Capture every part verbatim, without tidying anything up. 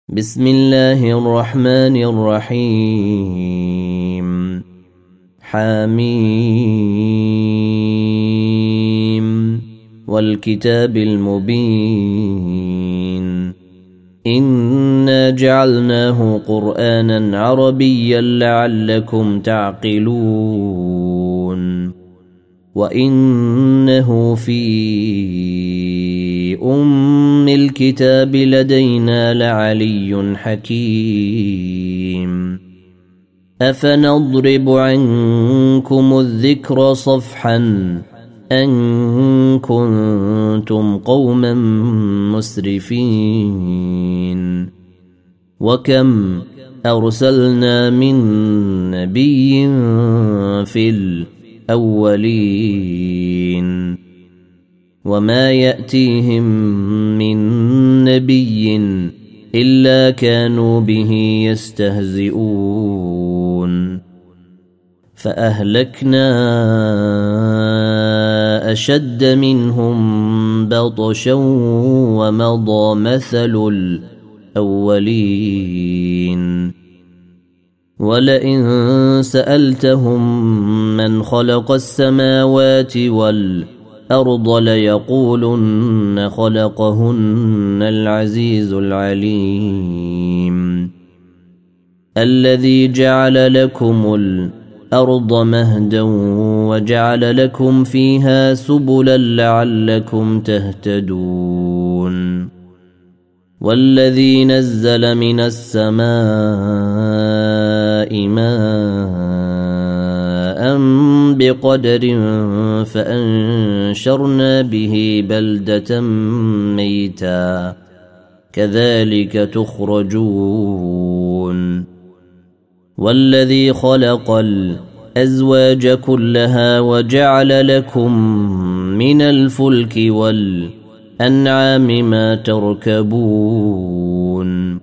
بسم الله الرحمن الرحيم حميم والكتاب المبين إنا جعلناه قرآنا عربيا لعلكم تعقلون وإنه في أم الكتاب لدينا لعلي حكيم أفنضرب عنكم الذكر صفحا أن كنتم قوما مسرفين وكم أرسلنا من نبي في الأولين وما يأتيهم من نبي إلا كانوا به يستهزئون فأهلكنا أشد منهم بطشا ومضى مثل الأولين ولئن سألتهم من خلق السماوات والأرض ليقولن خلقهن العزيز العليم الذي جعل لكم الأرض مهدا وجعل لكم فيها سبلا لعلكم تهتدون والذي نزل من السماء ماء بقدر فأنشرنا به بلدة ميتا كذلك تخرجون والذي خلق الأزواج كلها وجعل لكم من الفلك والأنعام ما تركبون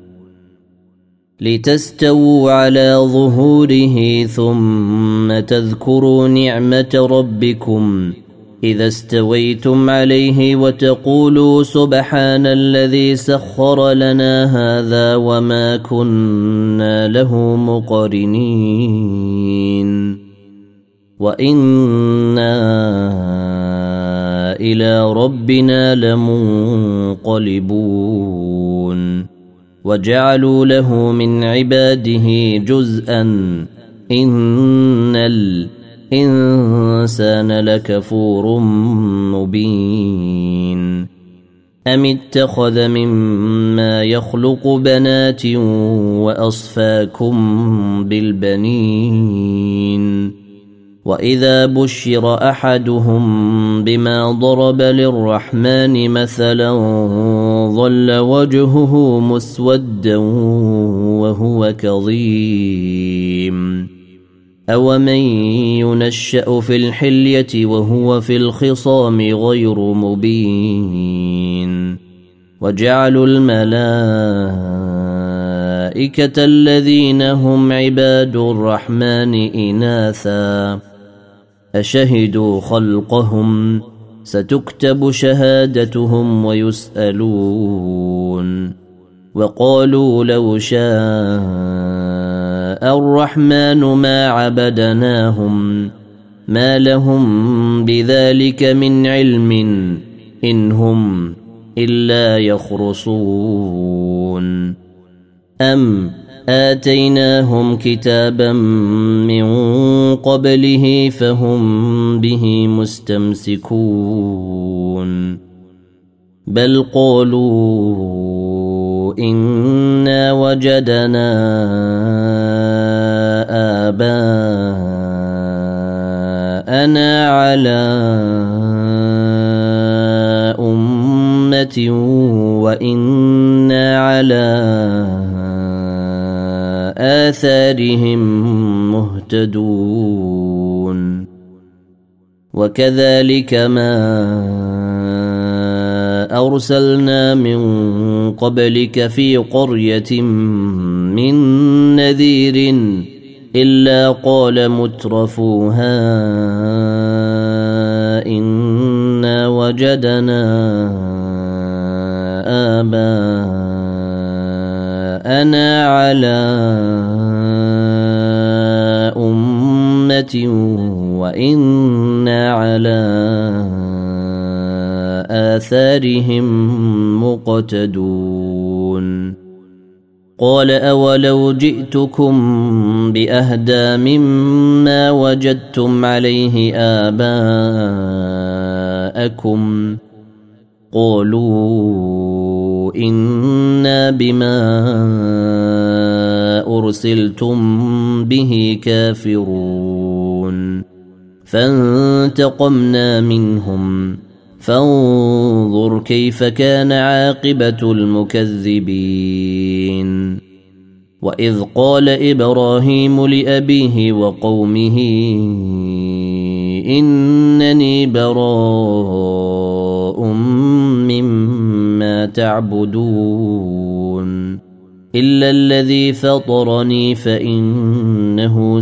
لتستووا على ظهوره ثم تذكروا نعمة ربكم إذا استويتم عليه وتقولوا سبحان الذي سخر لنا هذا وما كنا له مقرنين وإنا إلى ربنا لمنقلبون وجعلوا له من عباده جزءا إن الإنسان لكفور مبين أم اتخذ مما يخلق بنات وأصفاكم بالبنين وإذا بشر أحدهم بما ضرب للرحمن مثلا ظل وجهه مسودا وهو كظيم أومن ينشأ في الحلية وهو في الخصام غير مبين وجعلوا الملائكة الذين هم عباد الرحمن إناثا أشهدوا خلقهم ستكتب شهادتهم ويسألون وقالوا لو شاء الرحمن ما عبدناهم ما لهم بذلك من علم إن هم إلا يخرصون أم آتيناهم كتابا من قبله فهم به مستمسكون بل قالوا إنا وجدنا آباءنا على أمة وإنا على آثارهم مهتدون وكذلك ما أرسلنا من قبلك في قرية من نذير إلا قال مترفوها إنا وجدنا آباءنا أنا على أمة وإنا على آثارهم مقتدون قال أولو جئتكم بأهدى مما وجدتم عليه آباءكم قالوا إنا بما أرسلتم به كافرون فانتقمنا منهم فانظر كيف كان عاقبة المكذبين وإذ قال إبراهيم لأبيه وقومه إنني براء مما تعبدون إلا الذي فطرني فإنه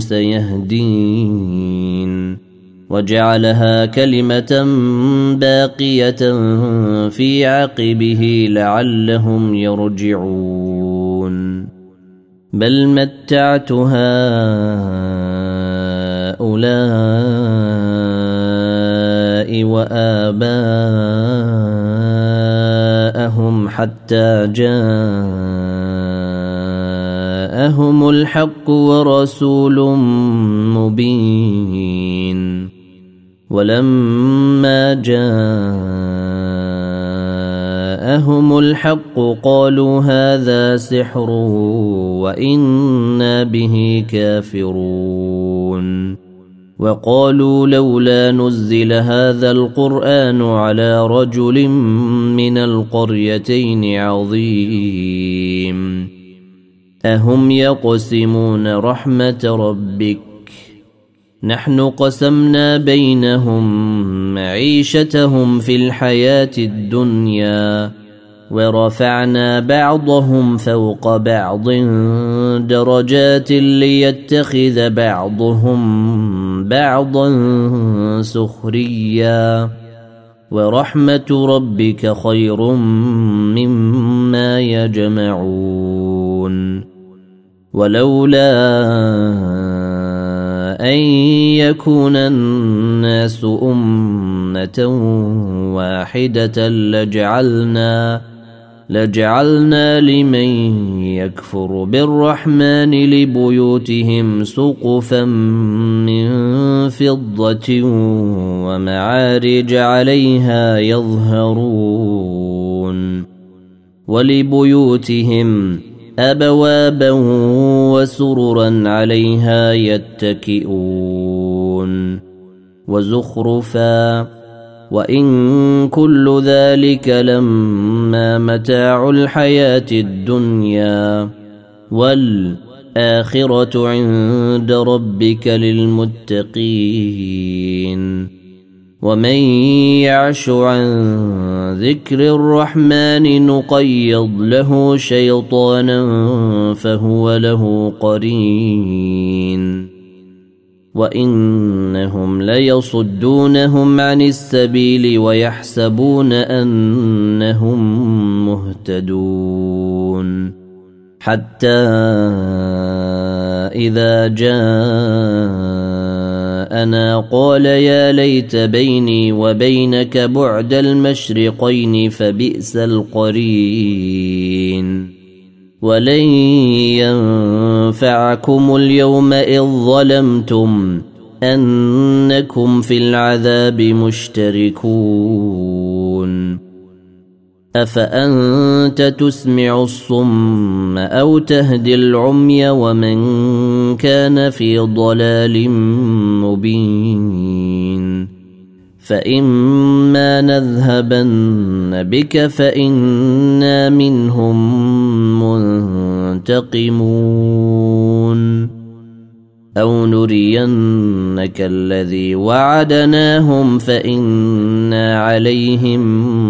سيهدين وجعلها كلمة باقية في عقبه لعلهم يرجعون بل متعت هؤلاء وآباءهم حتى جاءهم الحق ورسول مبين ولما جاءهم الحق قالوا هذا سحر وإنا به كافرون وقالوا لولا نزل هذا القرآن على رجل من القريتين عظيم أهم يقسمون رحمة ربك نحن قسمنا بينهم معيشتهم في الحياة الدنيا ورفعنا بعضهم فوق بعض درجات ليتخذ بعضهم بعضا سخريا ورحمة ربك خير مما يجمعون ولولا أن يكون الناس أمة واحدة لجعلنا لجعلنا لمن يكفر بالرحمن لبيوتهم سقفا من فضة ومعارج عليها يظهرون ولبيوتهم أبوابا وسررا عليها يتكئون وزخرفا وإن كل ذلك لما متاع الحياة الدنيا والآخرة عند ربك للمتقين ومن يعش عن ذكر الرحمن نقيض له شيطانا فهو له قرين وإنهم ليصدونهم عن السبيل ويحسبون أنهم مهتدون حتى إذا جاءنا قال يا ليت بيني وبينك بعد المشرقين فبئس القرين ولن ينفعكم اليوم إذ ظلمتم أنكم في العذاب مشتركون أفأنت تسمع الصم أو تهدي العمي ومن كان في ضلال مبين فإما نذهبن بك فإنا منهم منتقمون أو نرينك الذي وعدناهم فإنا عليهم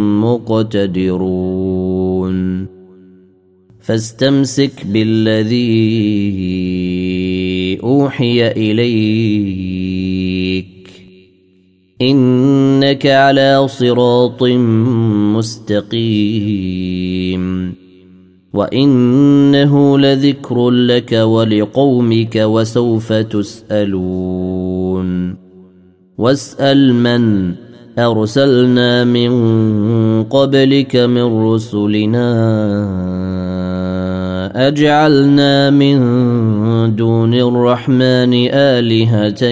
مقتدرون فاستمسك بالذي أوحي إليك إنك على صراط مستقيم وإنه لذكر لك ولقومك وسوف تسألون واسأل من أرسلنا من قبلك من رسلنا أجعلنا من دون الرحمن آلهة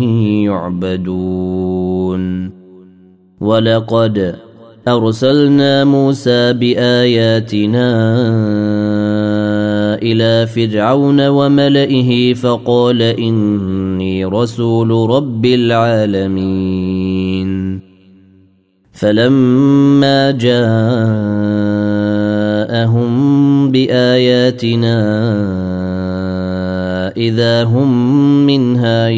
يعبدون ولقد أرسلنا موسى بآياتنا إلى فرعون وملئه فقال إني رسول رب العالمين فلما جاءهم بآياتنا إذا هم منها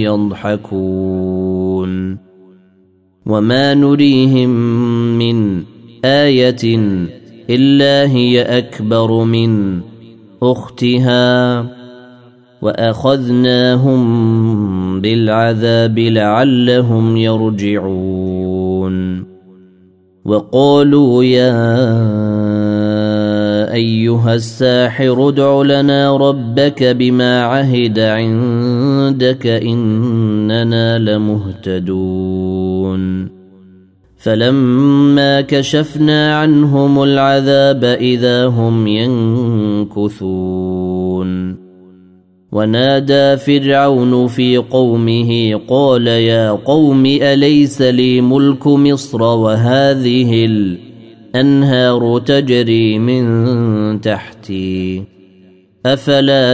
يضحكون وما نريهم من آية إلا هي أكبر من أختها وأخذناهم بالعذاب لعلهم يرجعون وقالوا يا أيها الساحر ادع لنا ربك بما عهد عندك إننا لمهتدون فلما كشفنا عنهم العذاب إذا هم ينكثون ونادى فرعون في قومه قال يا قوم أليس لي ملك مصر وهذه الأنهار تجري من تحتي أفلا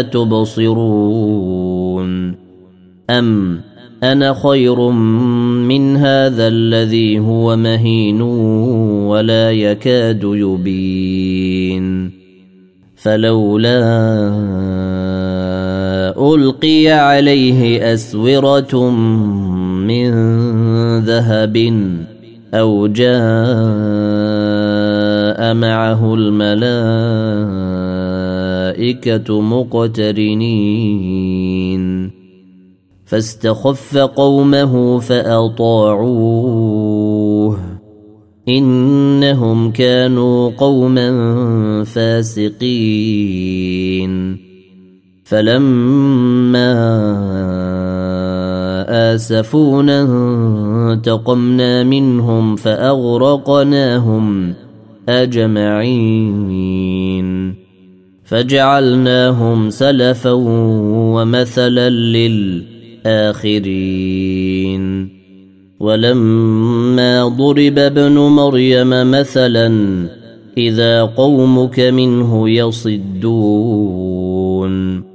تبصرون أم أنا خير من هذا الذي هو مهين ولا يكاد يبين فلولا ألقي عليه أسورة من ذهب أو جاء معه الملائكة مقترنين فاستخف قومه فأطاعوه إنهم كانوا قوما فاسقين فلما آسفونا انتقمنا منهم فأغرقناهم أجمعين فجعلناهم سلفا ومثلا للآخرين ولما ضرب ابن مريم مثلا إذا قومك منه يصدون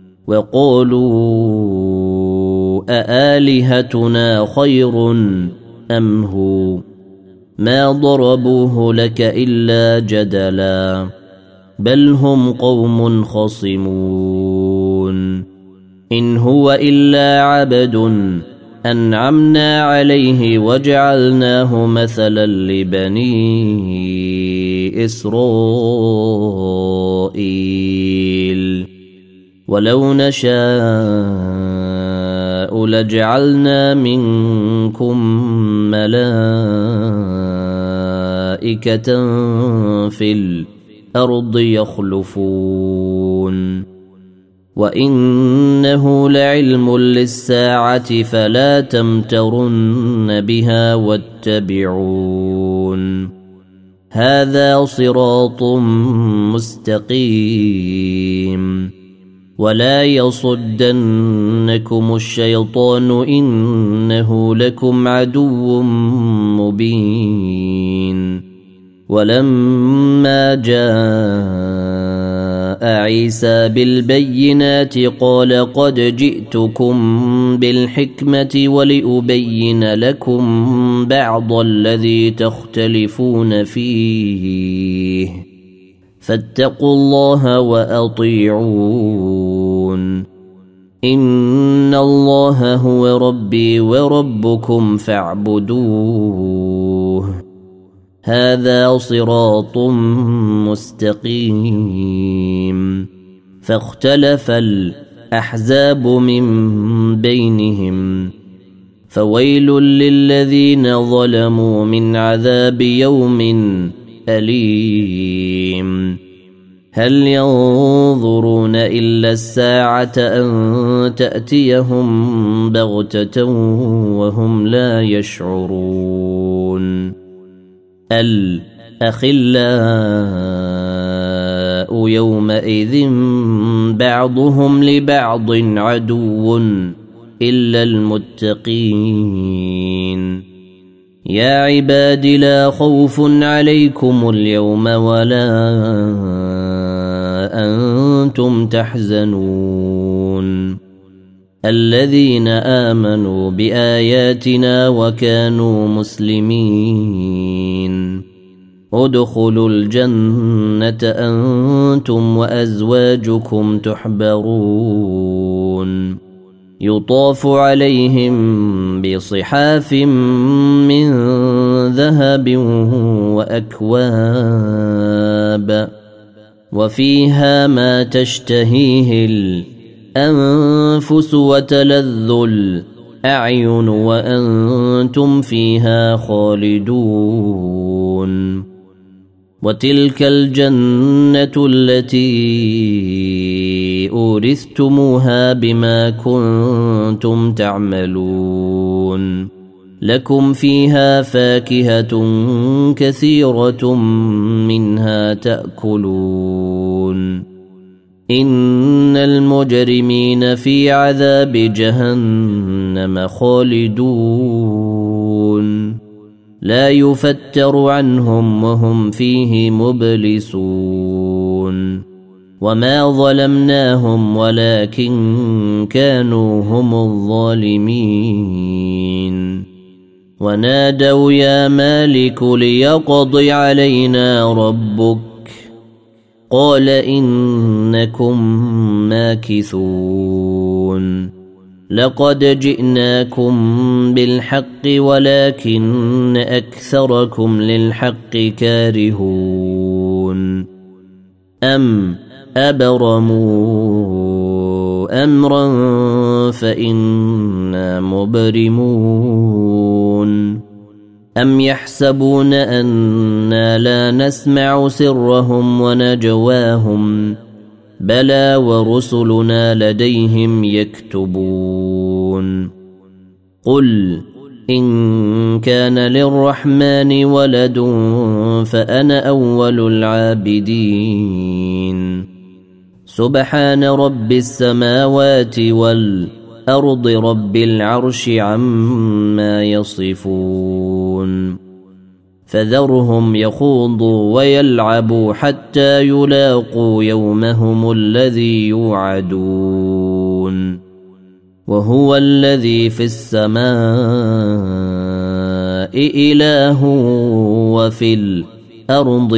وقالوا أآلهتنا خير أم هو ما ضربوه لك إلا جدلا بل هم قوم خصمون إن هو إلا عبد أنعمنا عليه وجعلناه مثلا لبني إسرائيل ولو نشاء لجعلنا منكم ملائكة في الأرض يخلفون وإنه لعلم للساعة فلا تمترن بها واتبعون هذا صراط مستقيم ولا يصدنكم الشيطان إنه لكم عدو مبين ولما جاء عيسى بالبينات قال قد جئتكم بالحكمة ولأبين لكم بعض الذي تختلفون فيه فاتقوا الله وأطيعون إن الله هو ربي وربكم فاعبدوه هذا صراط مستقيم فاختلف الأحزاب من بينهم فويل للذين ظلموا من عذاب يوم أليم هل ينظرون إلا الساعة أن تأتيهم بغتة وهم لا يشعرون الأخلاء يومئذ بعضهم لبعض عدو إلا المتقين يا عباد لا خوف عليكم اليوم ولا أنتم تحزنون الذين آمنوا بآياتنا وكانوا مسلمين ادخلوا الجنة أنتم وأزواجكم تحبرون يطاف عليهم بصحاف من ذهب وأكواب وفيها ما تشتهيه الأنفس وتلذ الأعين وأنتم فيها خالدون وتلك الجنة التي أورثتموها بما كنتم تعملون لكم فيها فاكهة كثيرة منها تأكلون إن المجرمين في عذاب جهنم خالدون لا يفتر عنهم وهم فيه مبلسون وما ظلمناهم ولكن كانوا هم الظالمين ونادوا يا مالك ليقض علينا ربك قال إنكم ماكثون لقد جئناكم بالحق ولكن أكثركم للحق كارهون أم أبرموا أمرا فإنا مبرمون أم يحسبون أنا لا نسمع سرهم ونجواهم بلى ورسلنا لديهم يكتبون قل إن كان للرحمن ولد فأنا أول العابدين سبحان رب السماوات والأرض رب العرش عما يصفون فذرهم يخوضوا ويلعبوا حتى يلاقوا يومهم الذي يوعدون وهو الذي في السماء إله وفي الأرض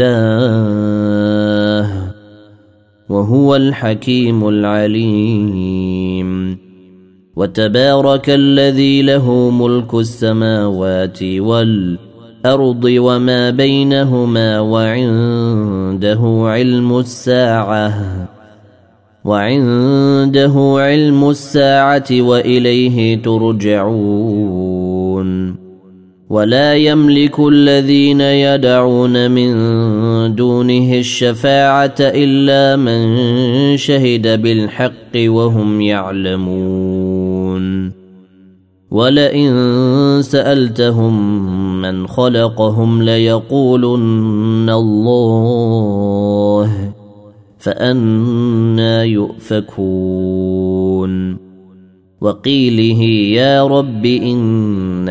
إله وهو الحكيم العليم وتبارك الذي له ملك السماوات والأرض وما بينهما وعنده علم الساعة وعنده علم الساعة وإليه ترجعون ولا يملك الذين يدعون من دونه الشفاعة إلا من شهد بالحق وهم يعلمون ولئن سألتهم من خلقهم ليقولن الله فأنى يؤفكون وقيله يا رب إن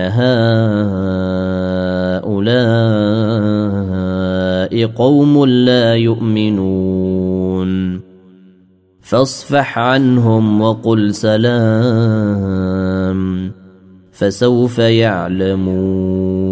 هؤلاء قوم لا يؤمنون فاصفح عنهم وقل سلام فسوف يعلمون